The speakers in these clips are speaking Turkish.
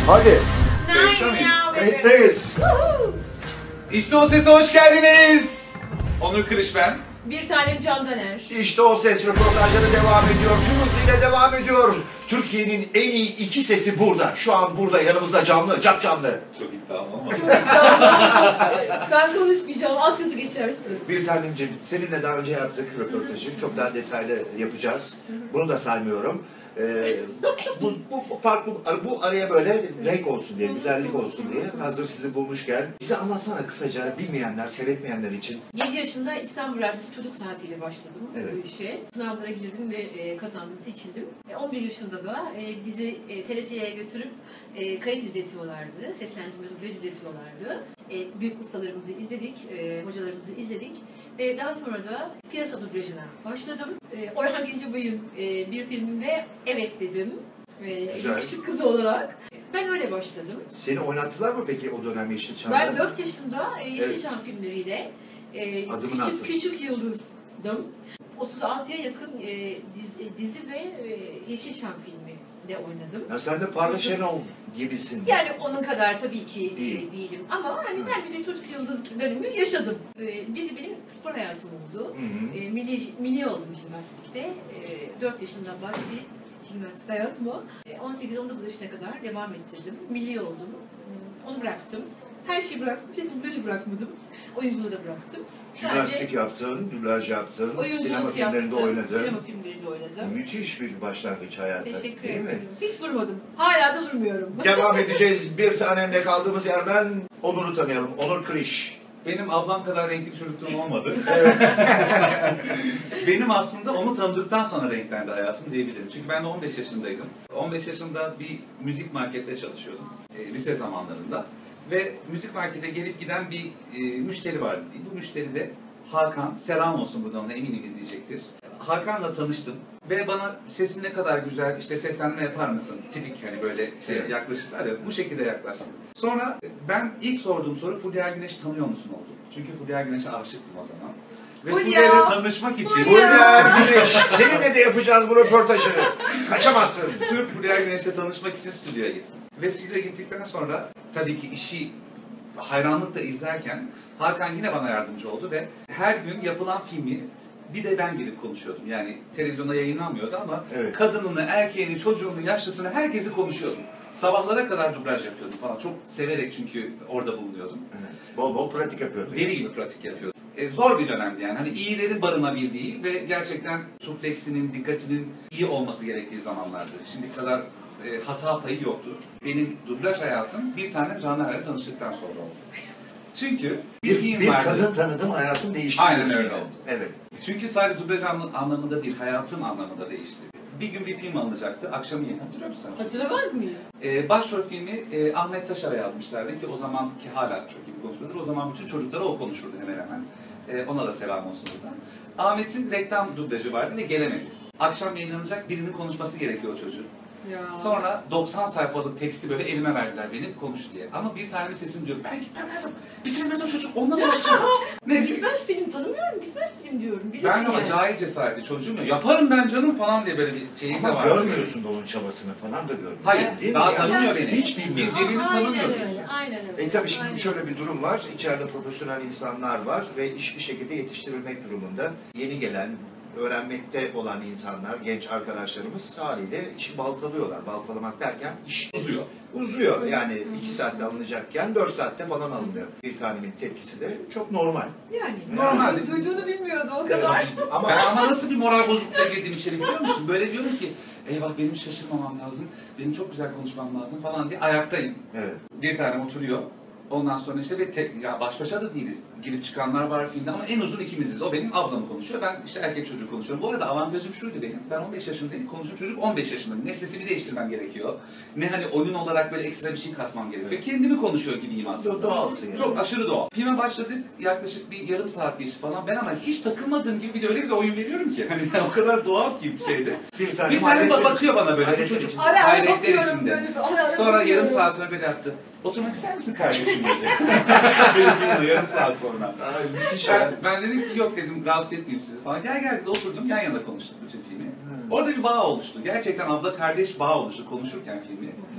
Hadi. Nine. Kayıttayız. İşte o sese hoş geldiniz. Onur Kırış ben. Bir tanem Candaner. İşte o ses röportajları devam ediyor. Tüm hızıyla devam ediyor. Türkiye'nin en iyi iki sesi burada. Şu an burada yanımızda canlı, cap canlı. Çok iddialı ama. Ben konuşmayacağım, alt yazı geçersin. Bir tanemciğim, seninle daha önce yaptık röportajı. Çok daha detaylı yapacağız. Bunu da saymıyorum. Bu araya böyle renk olsun diye, güzellik olsun diye hazır sizi bulmuşken bize anlatsana kısaca bilmeyenler, seyretmeyenler için. 7 yaşında İstanbul Radyosu Çocuk Saati'yle başladım Evet. bu işe. Sınavlara girdim ve kazandım, seçildim. 11 yaşında da bizi TRT'ye götürüp kayıt izletiyorlardı, seslendirme dublaj izletiyorlardı. Büyük ustalarımızı izledik, hocalarımızı izledik. Ve daha sonra da piyasa dublajına başladım. Orhan Gencebay'ın bir filminde evet dedim. Küçük kızı olarak. Ben öyle başladım. Seni oynattılar mı peki o dönem Yeşilçam'da? Ben 4 yaşında Yeşilçam filmleriyle küçük yıldızdım. 36'ya yakın dizi ve Yeşilçam filmi de oynadım. Ya sen de Parla Şenol gibisin. Yani onun kadar tabii ki değilim. Ama hani ben de bir çocuk yıldız dönemi yaşadım. Biri benim spor hayatım oldu. Milli oldum jimnastikte. 4 yaşından başlayıp jimnastik hayatıma 18-19 yaşına kadar devam ettirdim. Milli oldum. Onu bıraktım. Her şeyi bıraktım. Dublajı bırakmadım. Oyunculuğu da bıraktım. Jimnastik yaptın, dublaj yaptın, sinema filmlerinde oynadın. Sinema filmlerinde oynadım. Müthiş bir başlangıç hayata. Teşekkür ederim. Hiç durmadım. Hala da durmuyorum. Devam edeceğiz. Bir tanemle kaldığımız yerden Onur'u tanıyalım. Onur Kırış. Benim ablam kadar renkli bir çocukluğum olmadı. Benim aslında onu tanıdıktan sonra renklendi hayatım diyebilirim. Çünkü ben de 15 yaşındaydım. 15 yaşında bir müzik markette çalışıyordum. Lise zamanlarında. Ve müzik markete gelip giden bir müşteri vardı diyeyim. Bu müşteri de Hakan. Selam olsun buradan da eminim izleyecektir. Hakan'la tanıştım. Ve bana sesin ne kadar güzel, işte seslenme yapar mısın? Tipik hani böyle yaklaşırlar ya, bu şekilde yaklaştım. Sonra ben ilk sorduğum soru Fulya Güneş tanıyor musun oldu. Çünkü Fulya Güneş'e aşıktım o zaman. Ve Fulya ile tanışmak için... Fulya Güneş, seninle de yapacağız bu röportajı. Kaçamazsın. Sırf Fulya Güneş'le tanışmak için stüdyoya gittim. Ve stüdyoya gittikten sonra tabii ki işi hayranlıkla izlerken Hakan yine bana yardımcı oldu ve her gün yapılan filmi bir de ben gelip konuşuyordum. Yani televizyonda yayınlanmıyordu ama kadınını, erkeğini, çocuğunu, yaşlısını herkesi konuşuyordum. Sabahlara kadar dublaj yapıyordum falan. Çok severek çünkü orada bulunuyordum. Bol bol pratik yapıyordun. Deli gibi pratik yapıyordum. Zor bir dönemdi yani. Hani iyilerin barınabildiği ve gerçekten sufleksinin, dikkatinin iyi olması gerektiği zamanlardı. Şimdiye kadar hata payı yoktu. Benim dublaj hayatım bir tane Canlar'la tanıştıktan sonra oldu. Çünkü bir kadın tanıdım, hayatım değişti. Aynen öyle oldu. Evet. Çünkü sadece dublaj anlamında değil, hayatım anlamında değişti. Bir gün bir film alınacaktı, akşamı yeni. Hatırlıyor musun? Hatırlamaz mıyım? Başrol filmi Ahmet Taşar'a yazmışlardı ki o zamanki hala çok iyi bir konuşmadır. O zaman bütün çocuklara o konuşurdu hemen hemen. Ona da selam olsun buradan. Ahmet'in reklam dublajı vardı ve gelemedi. Akşam yayınlanacak birinin konuşması gerekiyor o çocuğun. Ya. Sonra 90 sayfalık teksti böyle elime verdiler benim konuş diye. Ama bir tane sesim diyor ben gitmem lazım. Bitirmez o çocuk onunla uğraşacağım. Bitmez film tanımıyorum, bitmez film diyorum. Ben ama cahil cesareti çocuğum ya. Yaparım ben canım falan diye böyle bir şeyim de var. Ama görmüyorsun da onun çabasını falan da görmüyorsun. Hayır, değil daha mi? tanımıyor beni. Hiç bilmiyorsun. Birbirimizi tanımıyoruz. Aynen öyle. Tabii şimdi şöyle bir durum var. İçeride profesyonel insanlar var ve iş bir şekilde yetiştirilmek durumunda. Yeni gelen, öğrenmekte olan insanlar, genç arkadaşlarımız haliyle işi baltalıyorlar. Baltalamak derken iş uzuyor. Yani 2 saatte alınacakken 4 saatte falan alınıyor. Bir tanemin tepkisi de çok normal. Yani normal. Duyduğunu bilmiyordu o kadar. Ama nasıl bir moral bozukluğa girdim içeri biliyor musun? Böyle diyorum ki eyvah benim şaşırmamam lazım, benim çok güzel konuşmam lazım falan diye ayaktayım. Evet. Bir tane oturuyor. Ondan sonra işte ya baş başa da değiliz. Girip çıkanlar var filmde ama en uzun ikimiziz. O benim ablamı konuşuyor. Ben işte erkek çocuğu konuşuyorum. Bu arada avantajım şuydu benim. Ben 15 yaşındayım. Konuşan çocuk 15 yaşında. Ne sesimi değiştirmem gerekiyor. Ne hani oyun olarak böyle ekstra bir şey katmam gerekiyor. Kendimi konuşuyor gibiyim aslında. Doğalsın yani. Çok aşırı doğal. Filme başladık. Yaklaşık bir yarım saat geçti falan. Ben ama hiç takılmadığım gibi bir de öyle güzel oyun veriyorum ki. Hani o kadar doğal ki bir şeydi. Bir tane bakıyor bana böyle. Bu çocuk hayretler içinde. Sonra yarım saat sonra böyle yaptı. Oturmak ister misin kardeşim dedi. Yarım saat sonra. Ben dedim ki yok dedim rahatsız etmeyeyim sizi falan. Gel dedi oturdum yan yana konuştuk bütün filmi. Orada bir bağ oluştu. Gerçekten abla kardeş bağ oluştu konuşurken filmi.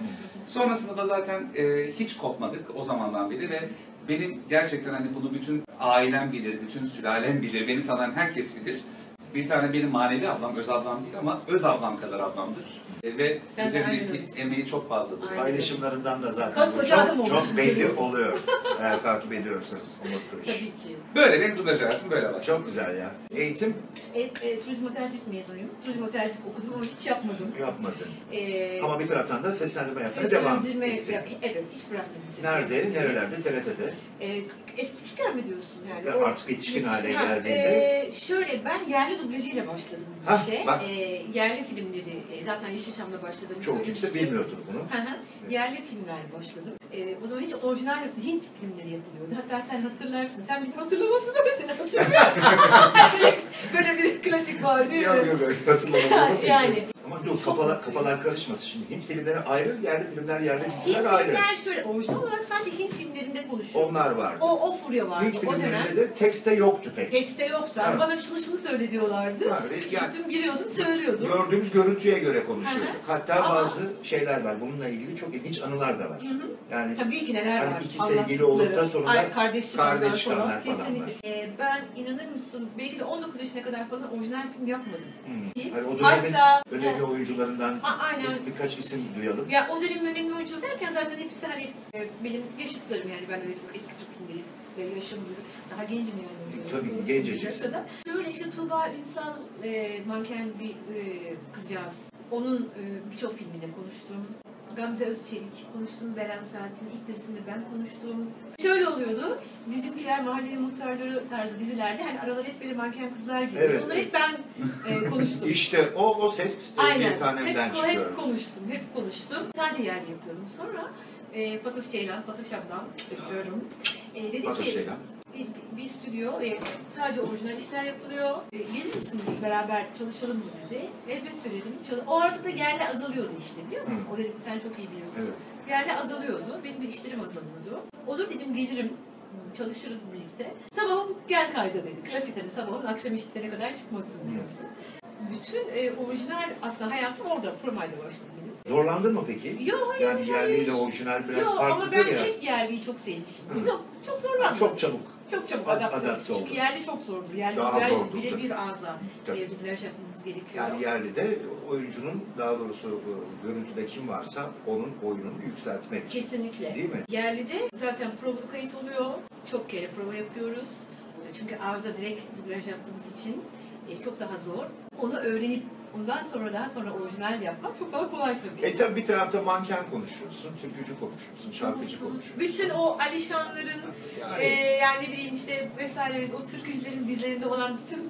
Sonrasında da zaten hiç kopmadık o zamandan beri ve benim gerçekten hani bunu bütün ailem bilir, bütün sülalem bilir, beni tanıyan herkes bilir. Bir tane benim manevi ablam, öz ablam değil ama öz ablam kadar ablamdır. Ve Sen de üzerindeki aynı emeği çok fazladır. Aynen. Paylaşımlarından da zaten Koskoca adam çok olmuşsun, belli biliyorsun. oluyor. Eğer takip ediyorsanız Umut Kılıç. Tabii ki. Böyle benim dublaj hayatım böyle başladı. Çok güzel ya. Eğitim Turizm otelcilik mezunuyum. Turizm otelcilik okudum ama hiç yapmadım. yapmadın. E, Ama bir taraftan da seslendirme yapmaya devam seslendirme, ettin. evet, hiç bırakmadım. Nerede? seslendirmeyi. Nerelerde? TRT'de. Eski küçükken mi diyorsun yani? Ya O artık yetişkin hale ha, geldiğinde. Şöyle ben yerli dublajıyla başladım bu Hah, işe. bak. Yerli filmleri, zaten Yeşilçam'da başladım. Çoğu kimse bilmiyordur bunu. Yerli filmlerle başladım. O zaman hiç orijinal yoktu. Hint filmleri yapılıyordu. Hatta sen hatırlarsın. Sen beni hatırlamazsın ama seni hatırlıyorum. Böyle bir klasik var değil mi? Yok hatırlamadım. Yani. Ama dur kafalar karışmasın şimdi. Hint filmleri ayrı, yerli filmler, yerli Hint diziler ayrı. filmler şöyle, orijinal olarak sadece Hint filmlerinde konuşuyor. Onlar vardı. O furya vardı. Hint O dönem. filmlerinde de tekste yoktu pek. Tekste yoktu. Evet. Bana şunu söyle diyorlardı. Evet, Çıktım giriyordum söylüyordum. Gördüğümüz görüntüye göre konuşuyorduk. Hı hı. Hatta Ama- bazı şeyler var. Bununla ilgili çok ilginç anılar da var. Hı hı. Yani Tabii ki neler hani var. iki sevgili olup da sonra Ay, kardeş çıkanlar kardeş çıkanlar falan var. Kesinlikle. Ben inanır mısın belki de 19 yaşına kadar falan orijinal film yapmadım. hani o dönemin Hatta önemli oyuncularından aynen. birkaç isim duyalım. Ya o dönemin önemli oyuncuları derken zaten hepsi hani benim yaşıtlarım yani ben de eski Türk filmleri ve yaşım gibi daha gencim yani. Tabii ki genceciksin. Şöyle işte Tuğba Ünsal manken bir kızcağız. Onun birçok filminde konuştum. Gamze Özçelik konuştum, Beren Saatçı'nın ilk dizisinde ben konuştum. Şöyle oluyordu, bizimkiler mahallenin muhtarları tarzı dizilerde hani aralara hep böyle manken kızlar geliyor. Evet, Onları hep ben konuştum. İşte o ses Aynen. bir tanemden çıkıyor. Hep konuştum. Sadece yerli yapıyordum. Sonra Fatoş Ceylan, Fatoş ablam öpüyorum. Dedi Fatoş ki Ceylan. bir stüdyo, sadece orijinal işler yapılıyor. Gelir misin beraber çalışalım mı dedi. Elbette dedim. O arada da yerli azalıyordu işte biliyor musun? O dedim sen çok iyi biliyorsun. Evet. Yerli azalıyordu. Benim de işlerim azalıyordu. Olur dedim gelirim. Çalışırız birlikte. Sabahım gel kayda dedi. Klasik dedi sabahın akşam iş bitene kadar çıkmasın diyorsun. Bütün orijinal aslında hayatım orada Promay'da başladı benim. Zorlandın mı peki? Yok hayır. Yani yerliyle orijinal biraz Yok ama farklıdır ben ya. hep yerliyi çok sevmişim. Hı. Yok çok zorlanmadım. Çok çabuk. Çok çabuk Adapte adapte oldu. Çünkü yerli çok zordur. Yerli Daha dublaj zordur birebir ağza Tabii. dublaj yapmamız gerekiyor. Yani yerli de oyuncunun daha doğrusu görüntüde kim varsa onun oyununu yükseltmek. Kesinlikle. Değil mi? Yerli de zaten provalı kayıt oluyor. Çok kere prova yapıyoruz. Çünkü ağza direkt dublaj yaptığımız için çok daha zor. Onu öğrenip ondan sonra orijinal yapmak çok daha kolay tabii. Tabii bir tarafta manken konuşuyorsun, türkücü konuşuyorsun, şarkıcı konuşuyorsun. Bütün o Alişanların yani ne bileyim işte vesaire o türkücülerin dizlerinde olan bütün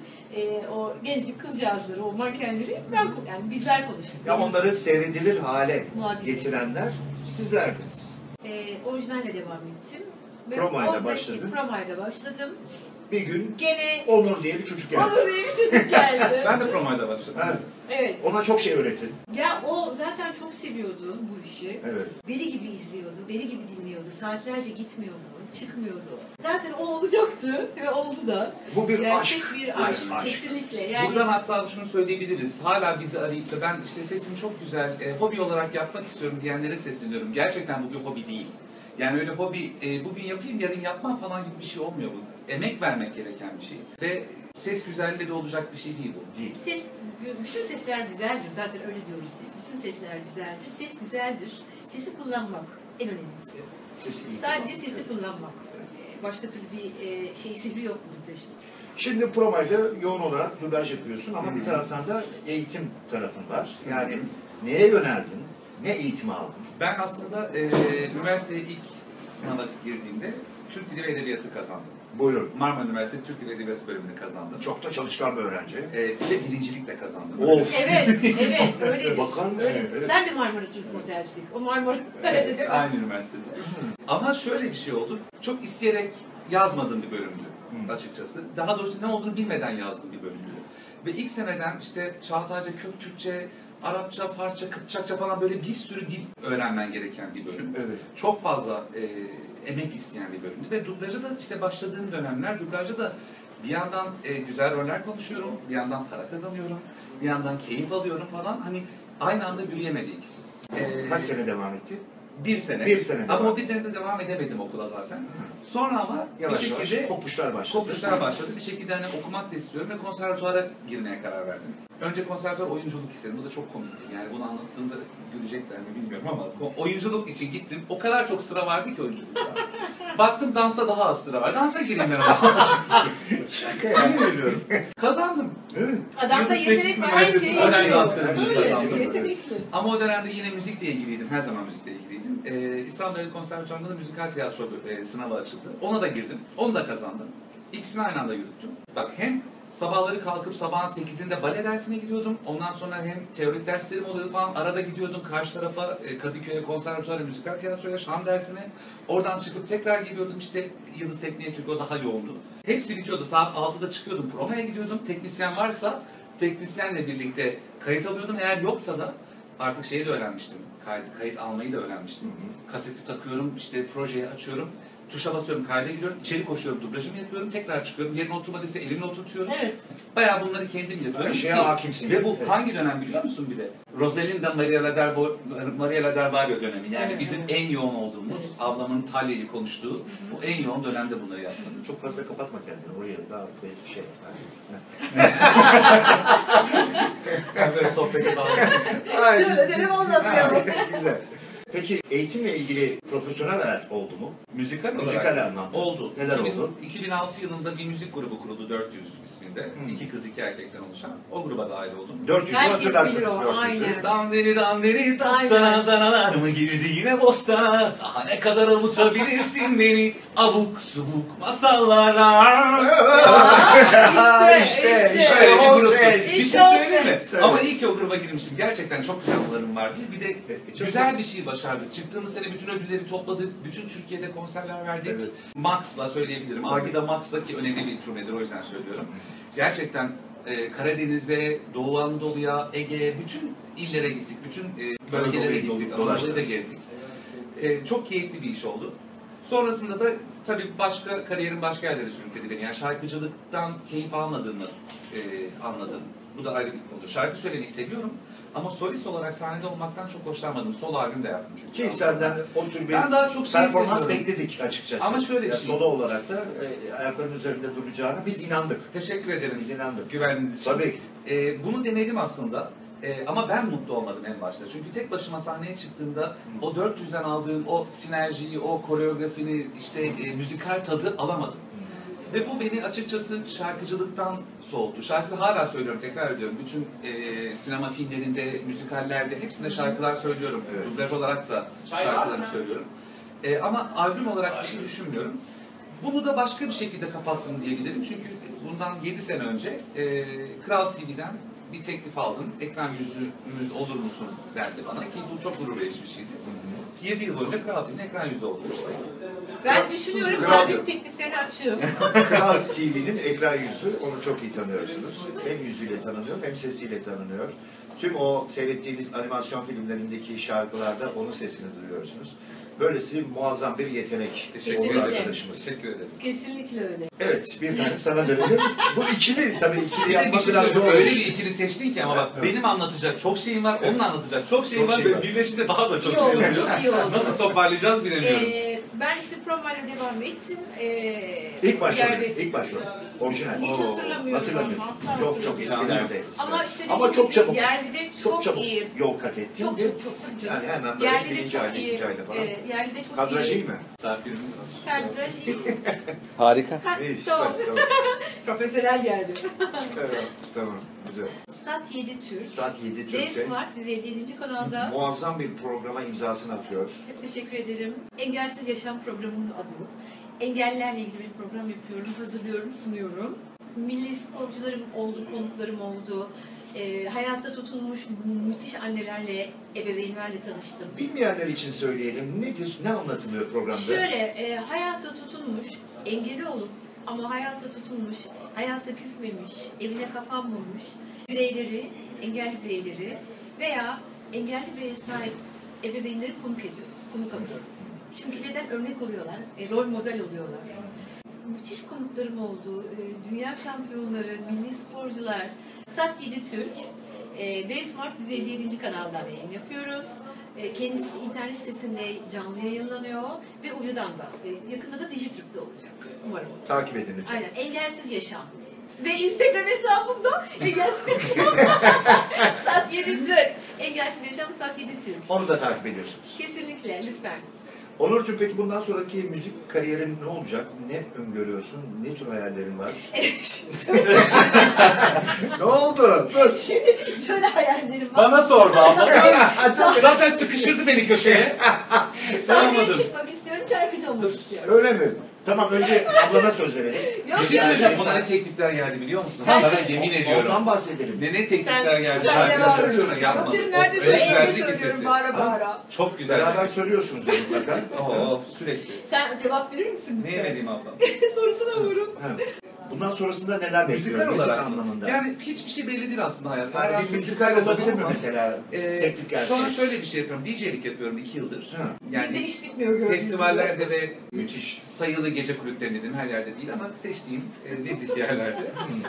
o gençlik kızcağızları, o mankenleri yani bizler konuştuk. Ya onları seyredilir hale Muhakkak. getirenler sizlerdiniz. Orijinalle devam ettim. Promayla başladın. Promayla başladım. Bir gün Gene Onur diye bir çocuk geldi. Onur diye bir çocuk geldi. Ben de Promay'da başladım. Evet. Evet. Ona çok şey öğretin. Ya o zaten çok seviyordu bu işi. Evet. Deli gibi izliyordu, deli gibi dinliyordu. Saatlerce gitmiyordu, çıkmıyordu. Zaten o olacaktı ve oldu da. Bu bir Gerçek aşk. bir aşk. aşk. Kesinlikle. Yani Buradan hatta şunu söyleyebiliriz. Hala bizi arayıp da ben işte sesim çok güzel, hobi olarak yapmak istiyorum diyenlere sesleniyorum. Gerçekten bu bir hobi değil. Yani öyle hobi, bugün yapayım yarın yapmam falan gibi bir şey olmuyor bu. Emek vermek gereken bir şey. Ve ses güzelliği de olacak bir şey değil bu. Değil. bütün sesler güzeldir. Zaten öyle diyoruz biz. Bütün sesler güzeldir. Ses güzeldir. Sesi kullanmak en önemlisi. Sesi iyi Sadece kullanmak. sesi kullanmak. Başka türlü bir sihri yok bu dublajın. Şimdi Promay'da yoğun olarak dublaj yapıyorsun ama bir taraftan da eğitim tarafın var. Yani neye yöneldin? Ne eğitimi aldın? Ben aslında üniversiteye ilk sınava girdiğimde Türk Dili ve Edebiyatı kazandım. Buyurun. Marmara Üniversitesi Türk Dili ve Edebiyatı bölümünü kazandım. Çok da çalışkan bir öğrenci. Bir de birincilikle kazandım. Of. Evet, öyledir. Bakar mısın? Öyle. Evet. Ben de Marmara Turizm Otelcilik. O Marmara. Aynı üniversitede. Ama şöyle bir şey oldu. Çok isteyerek yazmadığım bir bölümdü açıkçası. Daha doğrusu ne olduğunu bilmeden yazdığım bir bölümdü. Ve ilk seneden işte Çağatayca, Kök Türkçe, Arapça, Farsça, Kıpçakça falan böyle bir sürü dil öğrenmen gereken bir bölüm. Evet. Çok fazla emek isteyen bir bölümdü. Ve dublaja da işte başladığım dönemler dublaja da bir yandan güzel roller konuşuyorum, bir yandan para kazanıyorum, bir yandan keyif alıyorum falan. Hani aynı anda yürüyemedi ikisi. Kaç sene devam etti? Bir sene. Bir sene Ama devam. o bir senede devam edemedim okula zaten. Sonra ama Yavaş bir şekilde yavaş kopuşlar başladı. kopuşlar başladı. Bir şekilde hani okumak da istiyorum ve konservatuara girmeye karar verdim. Önce konservatuar oyunculuk istedim. Bu da çok komikti. Yani bunu anlattığımda gülecekler mi bilmiyorum ama oyunculuk için gittim. O kadar çok sıra vardı ki oyunculukta. Baktım dansta daha az sıra var. Dansa gireyim ben ona. Şaka ya. Yemin ediyorum. Kazandım. Evet. Adamda Yıldız yetenek Teknik var, her Üniversitesi şeyi Öğrenci yapıyor. Askerliği Öyle, kazandım. yetenekli. Ama o dönemde yine müzikle ilgiliydim. Her zaman müzikle ilgiliydim. İstanbul Devlet Konservatuvarı'nda da müzikal tiyatro sınavı açıldı. Ona da girdim. Onu da kazandım. İkisini aynı anda yürüttüm. Bak hem sabahları kalkıp sabahın 8'inde bale dersine gidiyordum. Ondan sonra hem teorik derslerim oluyordu falan. Arada gidiyordum karşı tarafa Kadıköy'e konservatuara, müzikal tiyatroya, şan dersine. Oradan çıkıp tekrar geliyordum işte Yıldız Tekniğe çünkü o daha yoğundu. Hepsi bitiyordu. Saat 6'da çıkıyordum. Promaya gidiyordum. Teknisyen varsa teknisyenle birlikte kayıt alıyordum. Eğer yoksa da artık şeyi de öğrenmiştim. Kayıt almayı da öğrenmiştim. Kaseti takıyorum, işte projeyi açıyorum. Tuşa basıyorum, kayda giriyorum, içeri koşuyorum, dublajımı yapıyorum, tekrar çıkıyorum. Yerine oturmadıysa elimle oturtuyorum. Evet. Bayağı bunları kendim yapıyorum. Her şeye hakimsin. Ve bu Evet. hangi dönem biliyor musun bir de? Rosalinda Maria Ladervario dönemi. Yani Evet. bizim en yoğun olduğumuz, Evet. ablamın Talya'yı konuştuğu, bu en yoğun dönemde bunları yaptım. Çok fazla kapatma kendini. Oraya daha bir şey. Ben böyle sohbete daldım. Şöyle dedim anlatıyorum. Güzel. Peki eğitimle ilgili profesyonel hayat oldu mu? Müzikal olarak Müzikal anlamda. oldu. Neler oldu? 2006 yılında bir müzik grubu kuruldu 400 isminde. 2 kız 2 erkekten oluşan. O gruba dahil oldum. 400'ü Herkes hatırlarsınız. bilir o, 400'ü. aynen. Dandiri Aynen. dastana danalar mı girdi yine bostana. Daha ne kadar avutabilirsin beni abuk subuk masallara. İşte Böyle bir o gruptu. ses. Bir İşte şey o söyleyeyim mi? ses. Ama iyi ki o gruba girmiştim. Gerçekten çok güzel anılarım vardı. Bir de Çok güzel bir şey başardık. Çıktığımız sene bütün ödülleri topladık. Bütün Türkiye'de konserler verdik. Evet. Max'la söyleyebilirim. Agida Max'la ki önemli bir turnedir o yüzden söylüyorum. Gerçekten Karadeniz'e, Doğu Anadolu'ya, Ege'ye, bütün illere gittik. Bütün bölgelere Anadolu'yu gittik. dolaştınız. Anadolu'yu da gezdik. Çok keyifli bir iş oldu. Sonrasında da tabii kariyerin başka yerlere sürükledi beni. Yani şarkıcılıktan keyif almadığımı anladım. Bu da ayrı bir konu. Şarkı söylemeyi seviyorum ama solist olarak sahnede olmaktan çok hoşlanmadım. Solo albüm de yaptım çünkü. Ki senden o tür bir Ben daha çok şey performans seviyorum. bekledik açıkçası. Ama şöyle bir Ya şey. Solo olarak da ayakların üzerinde duracağına biz inandık. Teşekkür ederim. Biz inandık. Güvendiğiniz için. Tabii ki. Bunu denedim aslında. Ama ben mutlu olmadım en başta. Çünkü tek başıma sahneye çıktığımda o 400'den aldığım o sinerjiyi, o koreografini, işte müzikal tadı alamadım. Ve bu beni açıkçası şarkıcılıktan soğuttu. Şarkı hala söylüyorum, tekrar ediyorum. Bütün sinema filmlerinde, müzikallerde hepsinde şarkılar söylüyorum. Evet. Dublaj olarak da şarkılarımı söylüyorum. Ama albüm olarak bir şey düşünmüyorum. Bunu da başka bir şekilde kapattım diyebilirim. Çünkü bundan 7 sene önce Kral TV'den bir teklif aldım. Ekran yüzümüz olur musun dendi bana ki bu çok gurur verici bir şeydi. 7 yıl boyunca Kral TV'nin ekran yüzü oldum işte. Ben düşünüyorum, Kral albüm diyorum. tekliflerini açıyorum. Kral TV'nin ekran yüzü, onu çok iyi tanıyorsunuz. Hem yüzüyle tanınıyor hem sesiyle tanınıyor. Tüm o seyrettiğiniz animasyon filmlerindeki şarkılarda onun sesini duyuyorsunuz. Böylesi muazzam bir yetenek Teşekkür oldu ederim. arkadaşımız. Teşekkür ederim. Kesinlikle öyle. Evet, bir tane sana dönelim. Bu ikili, tabii ikili Bir de bir yapmak şey biraz zor. söyleyeyim, öyle bir ikili seçtin ki ama bak Evet. benim anlatacak çok şeyim var, onun anlatacak çok şeyim Çok var şey ve var. birleşince daha da çok İyi şey oldu, oluyor. çok iyi oldu. Nasıl toparlayacağız bilemiyorum. Ben işte promayla devam ettim. İlk başta, Yerde- ilk başta. Orijinal. Hiç hatırlamıyorum. Hatırlamıyorsun. Asla Çok hatırlamıyorum. eskilerde. Ama işte Ama çok çabuk. Yerlide Çok çabuk iyi. yol kat ettin. Çok değil çok mi? çok çok. Yani hemen böyle Yerlide birinci çok ayda, iyi. ikinci ayda falan. Yerlide çok Kadraj iyi mi? Misafirimiz var. Kadraj iyi. Harika. Ha, İyi, süper. tamam. Tamam. Profesyonel geldi. Evet, tamam, güzel. Saat 7 Türk. Saat 7 Türk'te Devs var. Biz 57. kanalda. muazzam bir programa imzasını atıyor. Çok teşekkür ederim. Engelsiz Yaşam programının adı bu. Engellilerle ilgili bir program yapıyorum, hazırlıyorum, sunuyorum. Milli sporcularım oldu, konuklarım oldu. Hayata tutunmuş müthiş annelerle, ebeveynlerle tanıştım. Bilmeyenler için söyleyelim. Nedir, ne anlatılıyor programda? Şöyle, hayata tutunmuş, engelli olup ama hayata tutunmuş, hayata küsmemiş, evine kapanmamış bireyleri, engelli bireyleri veya engelli bireye sahip ebeveynleri konuk ediyoruz, konuk alıyoruz. Çünkü neden örnek oluyorlar, rol model oluyorlar. Müthiş konuklarım oldu, dünya şampiyonları, milli sporcular, Saat 7 Türk. D-Smart 157. kanaldan yayın yapıyoruz. Kendisi internet sitesinde canlı yayınlanıyor ve uydudan da. Yakında da Dijitürk'te olacak. Umarım. Takip edin lütfen. Aynen. Engelsiz Yaşam. Ve Instagram hesabımda Engelsiz Yaşam. Saat 7 Türk. Engelsiz Yaşam Saat 7 Türk. Onu da takip ediyorsunuz. Kesinlikle. Lütfen. Onurcuğum, peki bundan sonraki müzik kariyerin ne olacak? Ne öngörüyorsun? Ne tür hayallerin var? Ne oldu? Dur. Şöyle hayallerim var. Bana sordu abla. Zaten sıkıştırdı beni köşeye. Sahneye Soramadım. çıkmak istiyorum, şarkıcı olmak istiyorum. Öyle mi? Tamam, önce ablana söz verelim. Yok Bir şey ya. söyleyeceğim. Buna ne teklifler geldi biliyor musun? Sen Sana şimdi- yemin ediyorum. Ondan bahsedelim. Ne teklifler geldi. sen Şarkı de var. söylüyorsun, yapmadım. Çocuğum O neredeyse öyle evde verdi ki söylüyorum sesi. bağıra bağıra. Çok güzel. Beraber söylüyorsunuz mutlaka. Oo, sürekli. Sen cevap verir misin bize? Neye vereyim ablam? Sorusuna vurun. Ha. Bundan sonrasında neler bekliyor? Müzikal olarak anlamında. Yani hiçbir şey belli değil aslında hayatta. Yani Her bir an müzikal sürpriz olabilir mi ama, mesela? Teklif gelse. Şu an şöyle bir şey yapıyorum. DJ'lik yapıyorum 2 yıldır. Ha. Bizde Yani iş bitmiyor gördüğünüz gibi. festivallerde ve Müthiş. sayılı gece kulüplerinde her yerde değil ama seçtiğim nezih yerlerde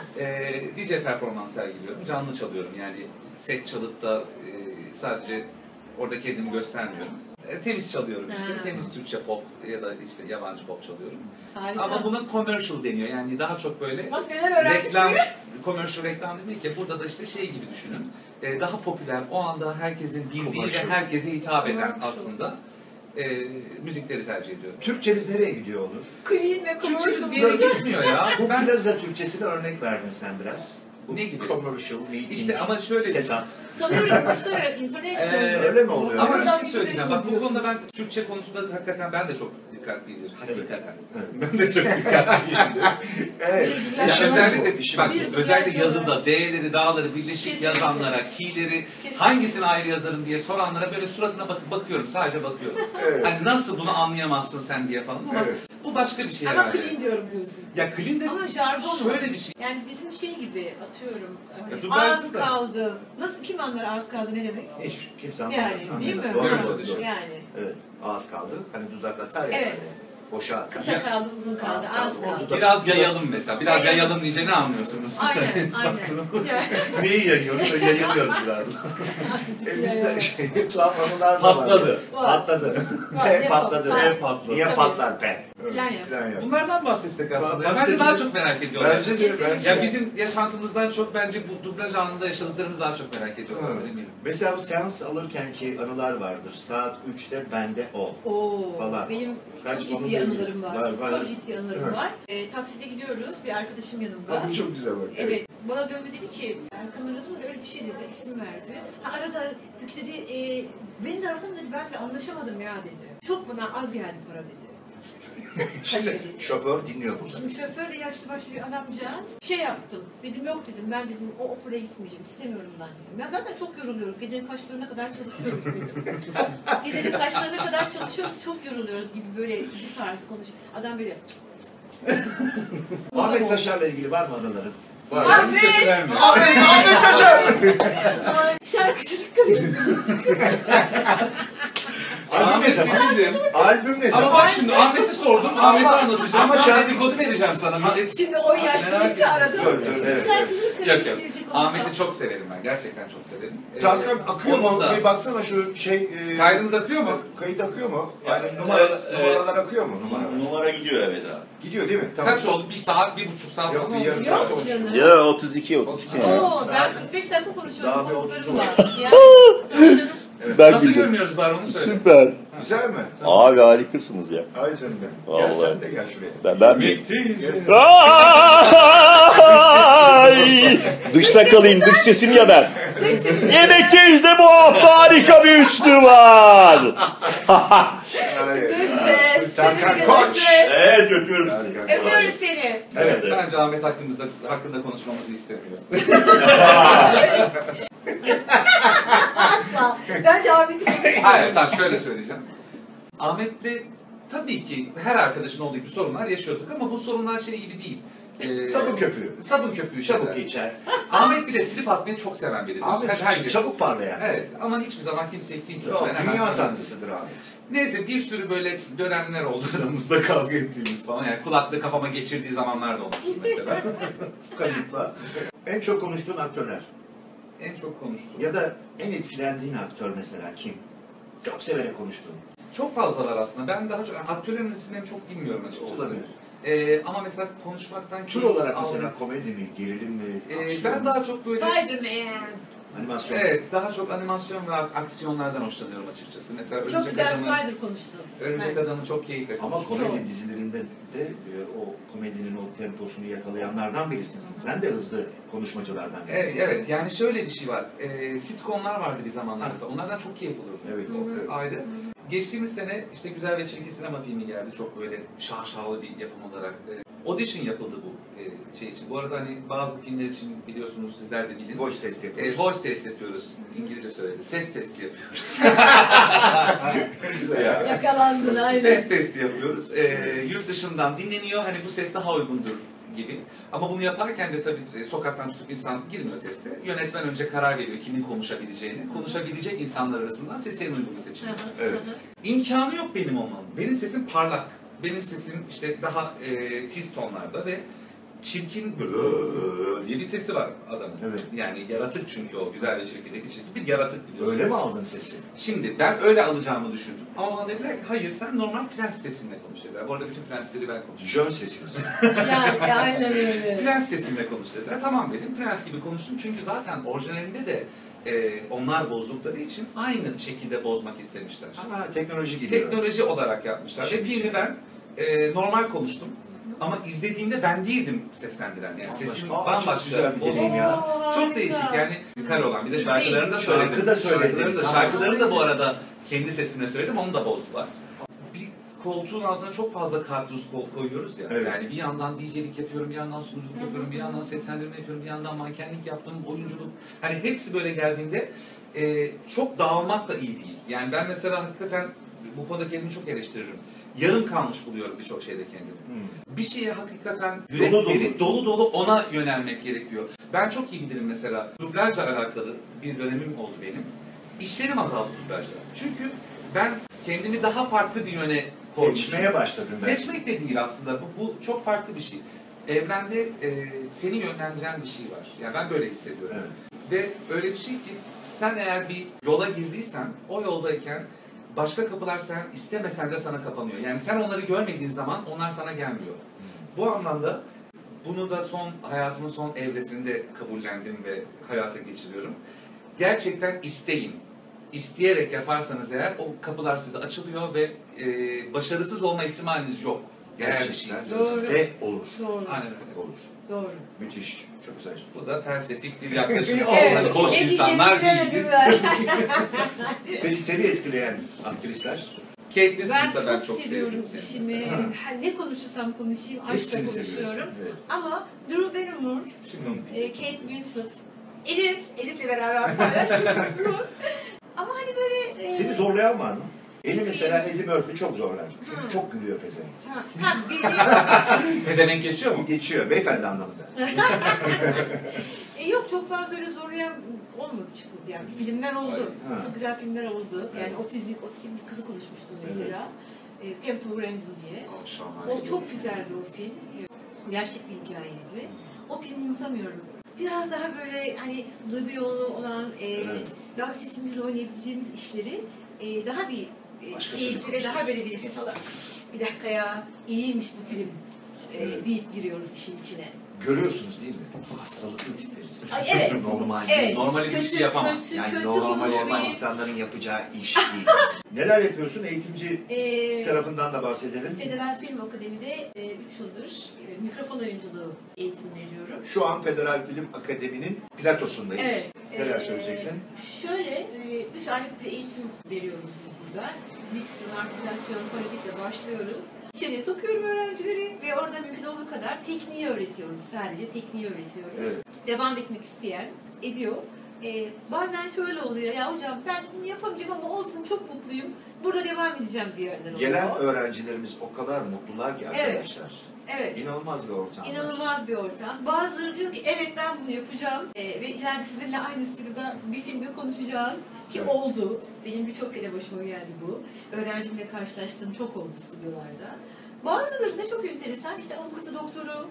DJ performans sergiliyorum. Canlı çalıyorum yani set çalıp da sadece orada kendimi göstermiyorum. Temiz çalıyorum işte. Ha. Temiz Türkçe pop ya da işte yabancı pop çalıyorum. Harika. Ama buna commercial deniyor. Yani daha çok böyle Bak neler öğrendik. reklam, commercial reklam demek ya. Burada da işte şey gibi düşünün. Daha popüler, o anda herkesin bildiği Commercial. ve herkese hitap eden Commercial. aslında müzikleri tercih ediyorum. Türkçemiz nereye gidiyor olur? Clean ve Türkçemiz commercial. bir yere gitmiyor ya. Bu Ben plaza Türkçesine örnek verdin sen biraz. Bu Ne gibi? Commercial, meeting, İşte ama şöyle setup. Sanıyorum uluslararası, international. Öyle mi oluyor? Ama yani? bir şey söyleyeceğim. Bak bu konuda ben Türkçe konusunda hakikaten ben de çok dikkatliyimdir. Hakikaten. Ben de çok dikkatliyimdir. Evet. Ya İşimiz özellikle bu, işimiz bak bu. özellikle yazında D'leri, dağları birleşik Kesinlikle. yazanlara, key'leri Kesinlikle. hangisini ayrı yazarım diye soranlara böyle suratına bakıyorum. Sadece bakıyorum. Evet. Hani nasıl bunu anlayamazsın sen diye falan ama Evet. bu başka bir şey Ama herhalde. clean diyorum diyorsun. Ya clean de Ama jargon şöyle bir şey. Yani bizim şey gibi atıyorum. Hani Ya dur ağız belki de. kaldı. Nasıl kim anlar ağız kaldı ne demek? Hiç kimse anlamaz. Yani değil mi? Doğru, Öyle doğru, olacak. doğru. Yani. Evet. Ağız kaldı. Hani dudak atar ya. Evet. Hani. Boşa atar. Kısa kaldı, uzun kaldı, Ağız ağız kaldı, kaldı. dudak- Biraz yayalım mesela. Biraz Yayalım. yayalım deyince ne anlıyorsunuz siz? Aynen, aynen. Yani. Neyi yayıyoruz? Yayılıyoruz biraz. Bizde tuhaf anılar da Patladı. var. Patladı. Var, Ne ne patladı? patladı? Ne patladı? Niye Tabii. patlar be? Plan yap. Plan yap. Bunlardan bahsetsek aslında. Bahsedelim. Bence daha çok merak ediyorlar. Bence de. Bence Ya de. bizim yaşantımızdan çok bence bu dublaj anında yaşadıklarımızı daha çok merak ediyorlar. Evet. Eminim. Mesela bu seans alırkenki anılar vardır. Saat 3'te bende ol. Oo, Falan. benim Kaç çok konu ciddi değil. anılarım var. Var. Çok ciddi anılarım Evet. var. Takside gidiyoruz, bir arkadaşım yanımda. Ha, bu çok güzel bak. Evet. Bana döndü dedi ki, Erkan aradı mı öyle bir şey dedi, isim verdi. Ha aradı, Peki dedi, beni de aradı mı dedi, ben de anlaşamadım ya dedi. Çok bana az geldi para dedi. Şimdi şoför dinliyor bunu. Şimdi şoför de yaşlı başlı bir adamcağız. Şey yaptım, dedim yok dedim, ben dedim o okula gitmeyeceğim, istemiyorum ben dedim. Ya zaten çok yoruluyoruz, gecenin kaçlarına kadar çalışıyoruz dedim. Gecenin kaçlarına kadar çalışıyoruz, çok yoruluyoruz gibi böyle bu tarz konuşuyor. Adam böyle... Ahmet Taşar'la ilgili var mı anıların? Var. Ahmet! Ahmet Taşar! Şarkıcılık kariyerim. Albüm ne zaman? bizim. Albüm ne Ama zaman? bak şimdi Ahmet'i sordum, Ahmet'i anlatacağım. ama Ama şarkı- dedikodu vereceğim sana. Millet... Şimdi o yaşlılıkça aradım. Dur, evet. Şarkıcılık Yok kariyerim yok. girecek olsam. Ahmet'i çok severim ben. Gerçekten çok severim. Tarkan akıyor mu? onun da- Bir baksana şu şey... Kaydımız akıyor mu? Kayıt akıyor mu? Yani Evet, numaralar akıyor mu? Numara gidiyor evet abi. Gidiyor değil mi? Tamam. Kaç oldu? 1 saat, 1,5 saat Yok, falan bir yarım oldu. saat Yok olmuş. canım. Ya 32. Oo, ben 45 dakika konuşuyorum. Daha bir Konuklarım 30 var. Yani, Ben Nasıl biliyorum. görünüyoruz bari onu söyle. Süper. Güzel mi? Abi harikasınız ya. Ay canım benim. Vallahi. Gel sen de gel şuraya. Ben mi? Bekteyiz. Ay! Dışta kalayım, dış sesim ya ben. Yemekteyiz de bu hafta harika bir üçlü var. Ses, Tarkan seni Koç. ses. Evet öpüyorum sizi. Tarkan Koç. Öpüyoruz seni. Evet. Bence Ahmet hakkında konuşmamızı istemiyor. Asla. Bence Ahmet'i konuşuyorum. Hayır, tamam şöyle söyleyeceğim. Ahmet'le tabii ki her arkadaşın olduğu gibi sorunlar yaşıyorduk ama bu sorunlar şey gibi değil. Sabun köpüğü. Sabun köpüğü şeyler. Çabuk geçer. Ahmet bile trip atmayı çok seven biridir. Ahmet çabuk parlayan. Evet ama hiçbir zaman kimseye kin Yok, tutmayan. hemen dünya söylüyor. tatlısıdır Ahmet. Neyse bir sürü böyle dönemler oldu aramızda kavga ettiğimiz falan. Yani kulaklığı kafama geçirdiği zamanlar da olmuştu mesela. Kayıtta. En çok konuştuğun aktörler. En çok konuştuğum. Ya da en etkilendiğin aktör mesela kim? Çok severek konuştuğun. Çok fazla var aslında. Ben daha çok aktörlerin isimlerini çok bilmiyorum açıkçası. Olabilir. Ama mesela konuşmaktan Tür keyif olarak aldım. mesela komedi mi, gerilim mi, aksiyon Ben mu? daha çok böyle... Spider-Man. Animasyon. Evet, daha çok animasyon ve aksiyonlardan hoşlanıyorum açıkçası. Mesela Çok Örümcek güzel Adam'ı, Spider konuştu. Örümcek Adam'ı çok keyifle Ama konuştum. komedi dizilerinde de o komedinin o temposunu yakalayanlardan birisin. Sen de hızlı konuşmacılardan birisin. Evet, yani şöyle bir şey var. Sitcomlar vardı bir zamanlar mesela. Onlardan çok keyif alıyordum. Evet, evet. Ayrı. Geçtiğimiz sene işte Güzel ve Çirkin sinema filmi geldi. Çok böyle şaşalı bir yapım olarak. Audition yapıldı bu şey için. Bu arada hani bazı filmler için biliyorsunuz sizler de bilin. Voice test yapıyoruz. Voice test yapıyoruz. İngilizce söyledi. Ses testi yapıyoruz. Güzel ya. Yakalandın aynen. Ses testi yapıyoruz. Yurt dışından dinleniyor. Hani bu ses daha uygundur gibi. Ama bunu yaparken de tabii sokaktan tutup insan girmiyor teste. Yönetmen önce karar veriyor kimin konuşabileceğini. Konuşabilecek insanlar arasından sesi en uygunu seçiyor. Evet. İmkanı yok benim olmam. Benim sesim parlak. Benim sesim işte daha tiz tonlarda ve çirkin böyle diye bir sesi var adamın. Evet. Yani yaratık çünkü o güzel ve çirkindeki çirkin bir yaratık biliyorsun. Öyle mi aldın sesi? Şimdi ben öyle alacağımı düşündüm. Ama bana dediler ki hayır sen normal prens sesinle konuş dediler. Bu arada bütün prensleri ben konuşuyorum. Jön sesimiz. Yani aynen öyle. Prens sesimle konuş dediler. Tamam dedim prens gibi konuştum. Çünkü zaten orijinalinde de onlar bozdukları için aynı şekilde bozmak istemişler. Ama teknoloji gidiyor. Teknoloji olarak yapmışlar. Ve filmi ben normal konuştum. Ama izlediğimde ben değildim seslendiren. Yani sesim bambaşka. Çok güzel bir deneyim ya. Çok değişik yani kar olan. Bir de şarkılarını da söyledim. Şarkı da söyledin. Şarkılarını da bu arada kendi sesimle söyledim. Onu da bozdular. Bir koltuğun altına çok fazla kartuz koyuyoruz ya. Evet. Yani bir yandan DJ'lik yapıyorum, bir yandan sunuculuk yapıyorum, bir yandan seslendirme yapıyorum, bir yandan mankenlik yaptım, oyunculuk. Hani hepsi böyle geldiğinde çok dağılmak da iyi değil. Yani ben mesela hakikaten bu konuda kendimi çok eleştiririm. Yarım kalmış buluyorum birçok şeyde kendimi. Bir şeye hakikaten yürek verip dolu dolu ona yönelmek gerekiyor. Ben çok iyi bilirim mesela. Dublajla alakalı bir dönemim oldu benim. İşlerim azaldı dublajda. Çünkü ben kendimi daha farklı bir yöne koymuşum. Seçmeye başladın ben. Seçmek de değil aslında. Bu çok farklı bir şey. Evrende seni yönlendiren bir şey var. Yani ben böyle hissediyorum. Evet. Ve öyle bir şey ki sen eğer bir yola girdiysen o yoldayken başka kapılar sen istemesen de sana kapanıyor. Yani sen onları görmediğin zaman onlar sana gelmiyor. Bu anlamda bunu da hayatımın son evresinde kabullendim ve hayata geçiriyorum. Gerçekten isteyin. İsteyerek yaparsanız eğer o kapılar size açılıyor ve başarısız olma ihtimaliniz yok. Eğer bir şey Gerçekten istiyorsanız. iste olur. Doğru. Aynen öyle. Olur. Doğru. Müthiş. Çok güzel. Bu da felsefik bir yaklaşım. Evet. Hani boş Evet. insanlar Evet. değiliz. Peki seni etkileyen aktrisler? Kate Ben Winslet'ı ben çok çok seviyorum sevdim. işimi. Ha. Ne konuşursam konuşayım, aşkla Hepsini konuşuyorum. seviyorsun. Evet. Ama Drew Barrymore, Şimdi onu diyeceğim. Kate Winslet, Elif'le beraber paylaşıyoruz bunu. Ama hani böyle... Seni zorlayan var mı? Beni mesela Eddie Murphy çok zorlar. Çünkü çok gülüyor pezevenk. Pezevenk geçiyor mu? Geçiyor beyefendi anlamında. Yok çok fazla öyle zorlayan olmadı çıktı yani filmler oldu. Ha. Çok güzel filmler oldu. Yani otizm bir kızı konuşmuştum mesela. Temple Grandin diye. Şahane. O çok güzeldi o film. Gerçek bir hikayeydi. O filmi unutamıyorum. Biraz daha böyle hani duygu yoğunluğu olan, daha sesimizle oynayabileceğimiz işleri daha bir Başka keyifli türlü ve daha böyle bir nefes alıp bir dakika ya iyiymiş bu film deyip giriyoruz işin içine. Görüyorsunuz değil mi? Hastalıklı tipleriz. Ay, evet. Normal Evet. değil. Normali bir şey yapamaz. Yani kötü normal konuşmayı- insanların yapacağı iş değil. Neler yapıyorsun? Eğitimci tarafından da bahsedelim. Federal Film Akademi'de 3 yıldır mikrofon oyunculuğu eğitimi veriyorum. Şu an Federal Film Akademi'nin platosundayız. Evet. Neler söyleyeceksin? Şöyle, 3 aylık bir eğitim veriyoruz biz burada. Diksiyon, artikülasyon, fonetikle başlıyoruz. İçeriye sokuyorum öğrencileri ve orada mümkün olduğu kadar tekniği öğretiyoruz. Sadece tekniği öğretiyoruz. Evet. Devam etmek isteyen ediyor. Bazen şöyle oluyor, ya hocam ben bunu yapamayacağım ama olsun çok mutluyum. Burada devam edeceğim diyenler oluyor. Gelen öğrencilerimiz o kadar mutlular ki arkadaşlar. Evet. İnanılmaz bir ortam var. İnanılmaz bir ortam. Bazıları diyor ki evet ben bunu yapacağım ve ileride sizinle aynı stüdyoda bir filmde konuşacağız. Ki Evet. oldu. Benim birçok kere başıma geldi bu. Öğrencimle karşılaştığım çok oldu stüdyolarda. Bazıları da çok enteresan işte avukatı, doktoru,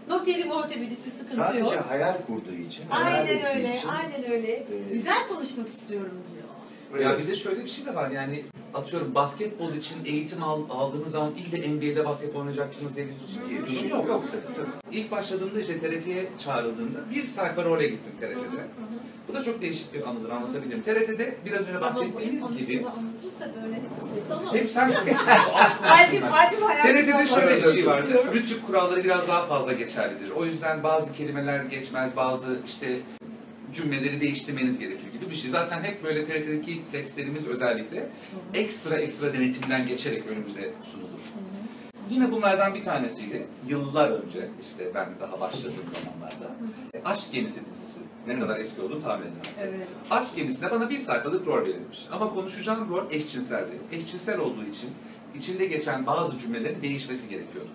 Nokta 7 muhasebecisi sıkıntı yok. Sadece hayal kurduğu için. hayal Aynen ettiği öyle, için, aynen öyle. Evet. Güzel konuşmak istiyorum diyor. Ya evet. bir de şöyle bir şey de var yani atıyorum basketbol için eğitim aldığınız zaman ille NBA'de basketbol oynayacaksınız diye bir durum yok. Yok tabii. İlk başladığımda işte TRT'ye çağrıldığımda bir sayfa role gittim TRT'de. Bu da çok değişik bir anıdır, anlatabilirim. TRT'de biraz önce bahsettiğimiz gibi Anlatırsa böyle tamam. hep sen Albüm hayal. TRT'de şöyle bir şey vardır. Rütük kuralları biraz daha fazla geçerlidir. O yüzden bazı kelimeler geçmez, bazı işte cümleleri değiştirmeniz gerekir gibi bir şey. Zaten hep böyle TRT'deki tekstlerimiz özellikle ekstra denetimden geçerek önümüze sunulur. Yine bunlardan bir tanesiydi. Yıllar önce işte ben daha başladığım zamanlarda Aşk Gemisi dizisi. Ne kadar eski olduğunu tahmin edin artık. Evet. Aşk Gemisi'nde bana bir sayfalık rol verilmiş. Ama konuşacağım rol eşcinseldi. Eşcinsel olduğu için içinde geçen bazı cümlelerin değişmesi gerekiyordu.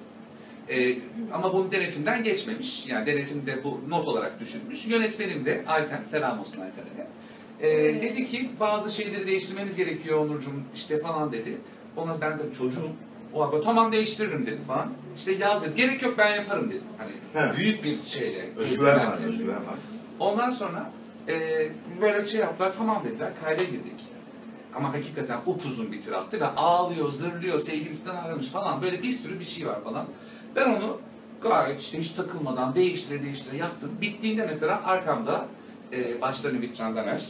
Ama bunu denetimden geçmemiş. Yani denetimde bu not olarak düşünmüş. Yönetmenim de Ayten, selam olsun Ayten'e. Dedi ki bazı şeyleri değiştirmeniz gerekiyor Onurcuğum işte falan dedi. Ona ben tabii çocuğum. O abi tamam değiştiririm dedi falan. İşte yaz dedi. Gerek yok ben yaparım dedim. Hani büyük bir şeyle. Özgüven var. Ondan sonra böyle şey yaptılar. Tamam dediler. Kayda girdik. Ama hakikaten upuzun bir tirahtı ve ağlıyor, zırlıyor, sevgilisinden ayrılmış falan. Böyle bir sürü bir şey var falan. Ben onu gayet işte hiç takılmadan değiştire yaptım. Bittiğinde mesela arkamda başta Ümit Candaner,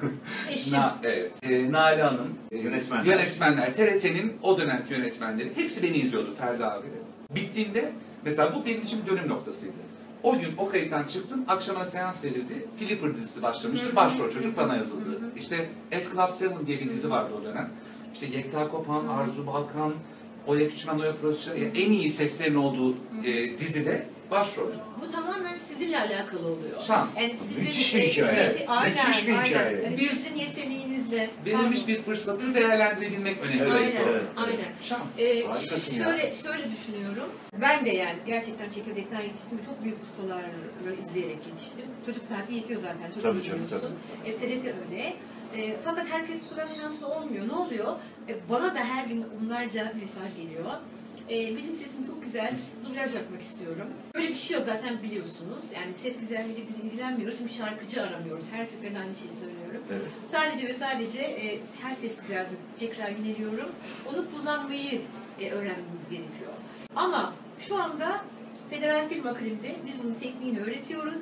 Eşim. evet, Nale Hanım, Yönetmenler. TRT'nin o dönemki yönetmenleri hepsi beni izliyordu Ferdi abi. Bittiğinde mesela bu benim için bir dönüm noktasıydı. O gün o kayıttan çıktım, akşama seans verildi. Flipper dizisi başlamıştı, başrol çocuk bana yazıldı. İşte S Club 7 diye bir dizi vardı o dönem. İşte Yekta Kopan, Arzu Balkan, Oya Küçümen, Oya Profesör, en iyi seslerin olduğu dizide başrol. Bu tamamen sizinle alakalı oluyor. Şans. Yani sizin Müthiş bir hikaye. Aynen, Müthiş bir hikaye. aynen. Yani Bir- sizin yeteneğinizle. Verilmiş bir fırsatı değerlendirebilmek önemli. Evet, Aynen, evet. aynen. Şans. Harikasın ya. Şöyle düşünüyorum. Ben de yani gerçekten çekirdekten yetiştim ve çok büyük ustalarla izleyerek yetiştim. Çocuk saati yetiyor zaten. Çok Tabii iyi canım, biliyorsun. TRT öyle. Fakat herkes bu kadar şanslı olmuyor. Ne oluyor? Bana da her gün onlarca mesaj geliyor. Benim sesim çok güzel, dublaj yapmak istiyorum. Böyle bir şey yok zaten biliyorsunuz. Yani ses güzelliğiyle biz ilgilenmiyoruz. Şimdi şarkıcı aramıyoruz. Her seferinde aynı şeyi söylüyorum. Evet. Sadece ve sadece her ses güzel, tekrar yineliyorum. Onu kullanmayı öğrenmemiz gerekiyor. Ama şu anda Federal Film Akademi'de biz bunun tekniğini öğretiyoruz.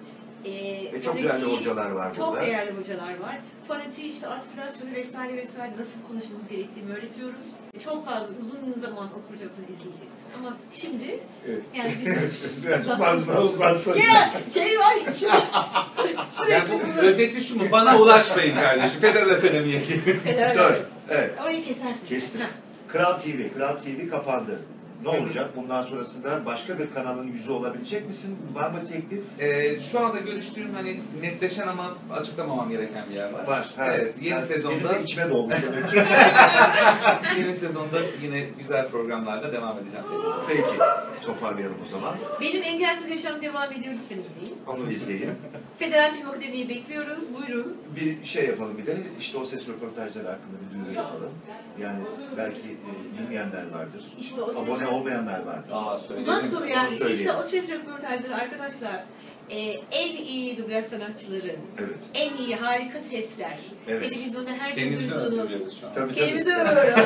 Ve çok değerli hocalar var Çok burada. değerli hocalar var. Fanatiği, işte artikülasyonu vesaire nasıl konuşmamız gerektiğini öğretiyoruz. Çok fazla uzun zaman oturacaksın, izleyeceksin. Ama şimdi Evet. yani biz Biraz fazla uzattın. ya şey var içinde Yani bu özeti şu mu? Bana ulaşmayın kardeşim. Federal Akademi'ye gelin. Federal Dur. Evet. Orayı kesersin. Kestim. Ha. Kral TV kapandı. Ne olacak? Bundan sonrasında başka bir kanalın yüzü olabilecek misin? Var mı teklif? Şu anda görüştüğüm hani netleşen ama açıklamamam gereken bir yer var. Var. Ha. Evet, yeni Yani sezonda benim de içime dolmuş demek ki. yeni sezonda yine güzel programlarla devam edeceğim tekrar. Peki. Toparlayalım o zaman. Benim engelsiz yaşam devam ediyor, lütfen izleyin. Onu izleyin. Federal Film Akademi'yi bekliyoruz. Buyurun. Bir şey yapalım bir de. İşte o ses röportajları hakkında bir duyuru yapalım. Yani belki bilmeyenler vardır. İşte o ses Abone olmayanlar vardır. Söyleyelim. Nasıl yani? söyleyeyim. İşte o ses röportajları arkadaşlar. En iyi dublaj sanatçıları, Evet. en iyi harika sesler. Evet. Televizyonda her gün Kendimizi duyduğunuz. övüyoruz şu an. Tabii Kendimizi övüyoruz.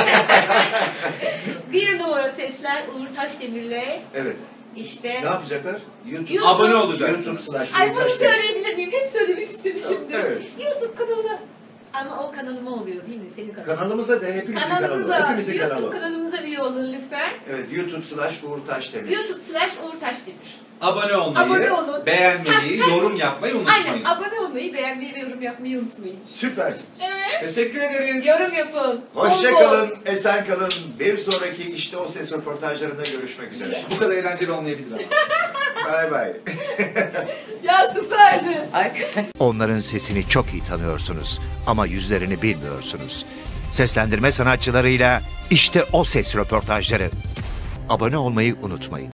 Bir numara sesler Uğur Taşdemir'le. Evet. İşte. Ne yapacaklar? YouTube. Abone olacaksın. YouTube/. Ay bunu söyleyebilir miyim? Hep söylemek istemişimdir. Evet. YouTube kanalı. Ama o kanalıma oluyor değil mi? Senin kanalın. Kanalımıza da hepimizin kanalı. Kanalımıza, Hepimizin YouTube kanalı. kanalımıza üye olun lütfen. Evet. YouTube/Uğur Taşdemir. YouTube/Uğur Taşdemir. Abone olmayı, Abone olun. beğenmeyi, yorum yapmayı unutmayın. Aynen. Abone olmayı, beğenmeyi ve yorum yapmayı unutmayın. Süpersiniz. Evet. Teşekkür ederiz. Yorum yapın. Bol bol. Hoşçakalın, esen kalın. Bir sonraki işte o ses röportajlarında görüşmek üzere. Bu kadar eğlenceli olmayabilir ama. Bay bay. Ya süperdi. Onların sesini çok iyi tanıyorsunuz ama yüzlerini bilmiyorsunuz. Seslendirme sanatçılarıyla işte o ses röportajları. Abone olmayı unutmayın.